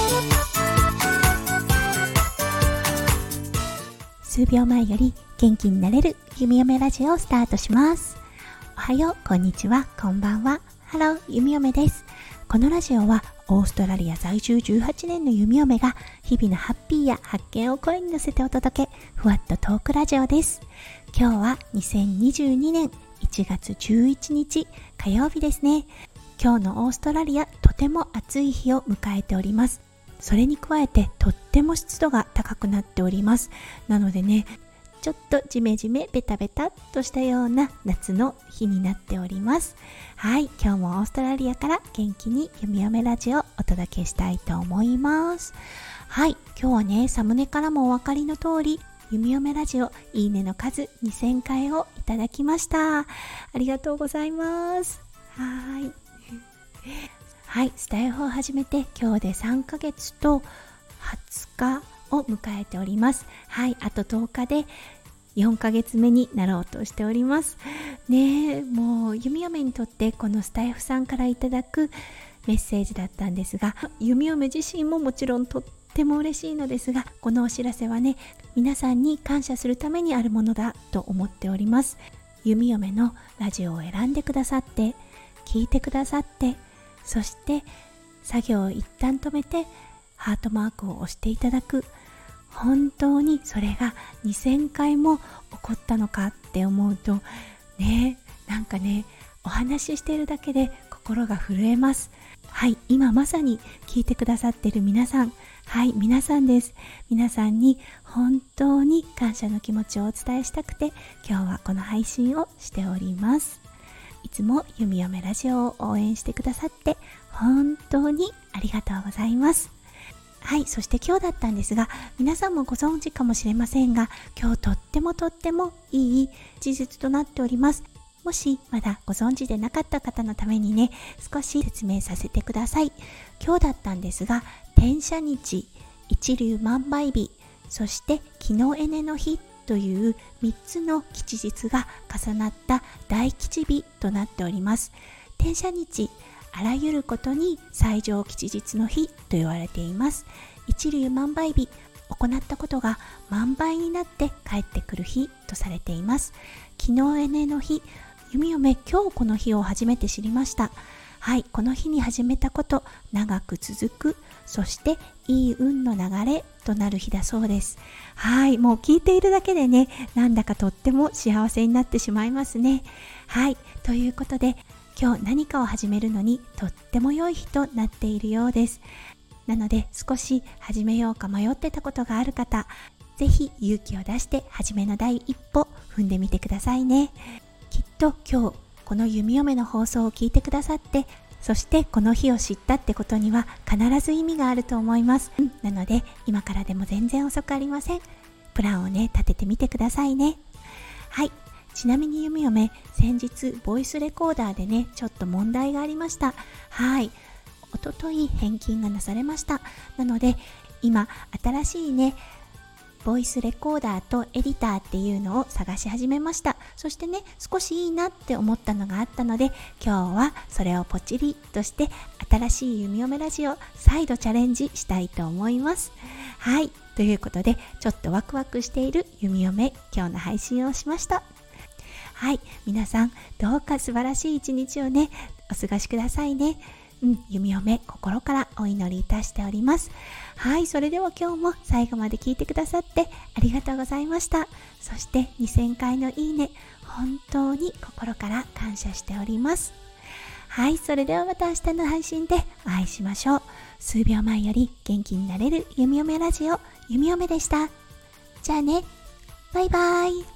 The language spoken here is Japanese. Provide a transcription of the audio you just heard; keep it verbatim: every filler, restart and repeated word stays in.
数秒前より元気になれる弓嫁ラジオをスタートします。おはよう、こんにちは、こんばんは。ハロー、弓嫁です。このラジオはオーストラリア在住じゅうはちねんの弓嫁が日々のハッピーや発見を声に乗せてお届け、ふわっとトークラジオです。今日はにせんにじゅうにねんいちがつじゅういちにち火曜日ですね。今日のオーストラリア、とても暑い日を迎えております。それに加えてとっても湿度が高くなっております。なのでね、ちょっとジメジメベタベタっとしたような夏の日になっております。はい、今日もオーストラリアから元気に弓嫁ラジオをお届けしたいと思います。はい、今日はね、サムネからもお分かりの通り、弓嫁ラジオいいねの数にせんかいをいただきました。ありがとうございます。はい。はい、スタイフを始めて今日でさんかげつとはつかを迎えております。はい、あととおかでよんかげつめになろうとしておりますね。えもう弓嫁にとってこのスタイフさんからいただくメッセージだったんですが、弓嫁自身ももちろんとっても嬉しいのですが、このお知らせはね、皆さんに感謝するためにあるものだと思っております。弓嫁のラジオを選んでくださって、聞いてくださって、そして作業を一旦止めてハートマークを押していただく、本当にそれがにせんかいも起こったのかって思うとね、なんかね、お話ししているだけで心が震えます。はい、今まさに聞いてくださっている皆さん、はい皆さんです。皆さんに本当に感謝の気持ちをお伝えしたくて、今日はこの配信をしております。いつも弓嫁ラジオを応援してくださって本当にありがとうございます。はい、そして今日だったんですが、皆さんもご存知かもしれませんが、今日とってもとってもいい事実となっております。もしまだご存知でなかった方のためにね、少し説明させてください。今日だったんですが、天赦日、一粒万倍日、そして木のエネの日というみっつの吉日が重なった大吉日となっております。天赦日、あらゆることに最上吉日の日と言われています。一粒万倍日、行ったことが万倍になって帰ってくる日とされています。木のエネの日、弓嫁今日この日を初めて知りました。はい、この日に始めたこと、長く続く、そしていい運の流れとなる日だそうです。はい、もう聞いているだけでね、なんだかとっても幸せになってしまいますね。はい、ということで、今日何かを始めるのにとっても良い日となっているようです。なので少し始めようか迷ってたことがある方、ぜひ勇気を出して初めの第一歩踏んでみてくださいね。きっと今日この弓嫁の放送を聞いてくださって、そしてこの日を知ったってことには必ず意味があると思います。うん、なので今からでも全然遅くありません。プランをね、立ててみてくださいね。はい、ちなみに弓嫁、先日ボイスレコーダーでね、ちょっと問題がありました。はい、おととい返金がなされました。なので今新しいね、ボイスレコーダーとエディターっていうのを探し始めました。そしてね、少しいいなって思ったのがあったので、今日はそれをポチリとして新しい弓嫁ラジオ再度チャレンジしたいと思います。はい、ということでちょっとワクワクしている弓嫁、今日の配信をしました。はい、皆さんどうか素晴らしい一日をね、お過ごしくださいね。うん、弓嫁心からお祈りいたしております。はい、それでは今日も最後まで聞いてくださってありがとうございました。そしてにせんかいのいいね、本当に心から感謝しております。はい、それではまた明日の配信でお会いしましょう。数秒前より元気になれる弓嫁ラジオ、弓嫁でした。じゃあね、バイバイ。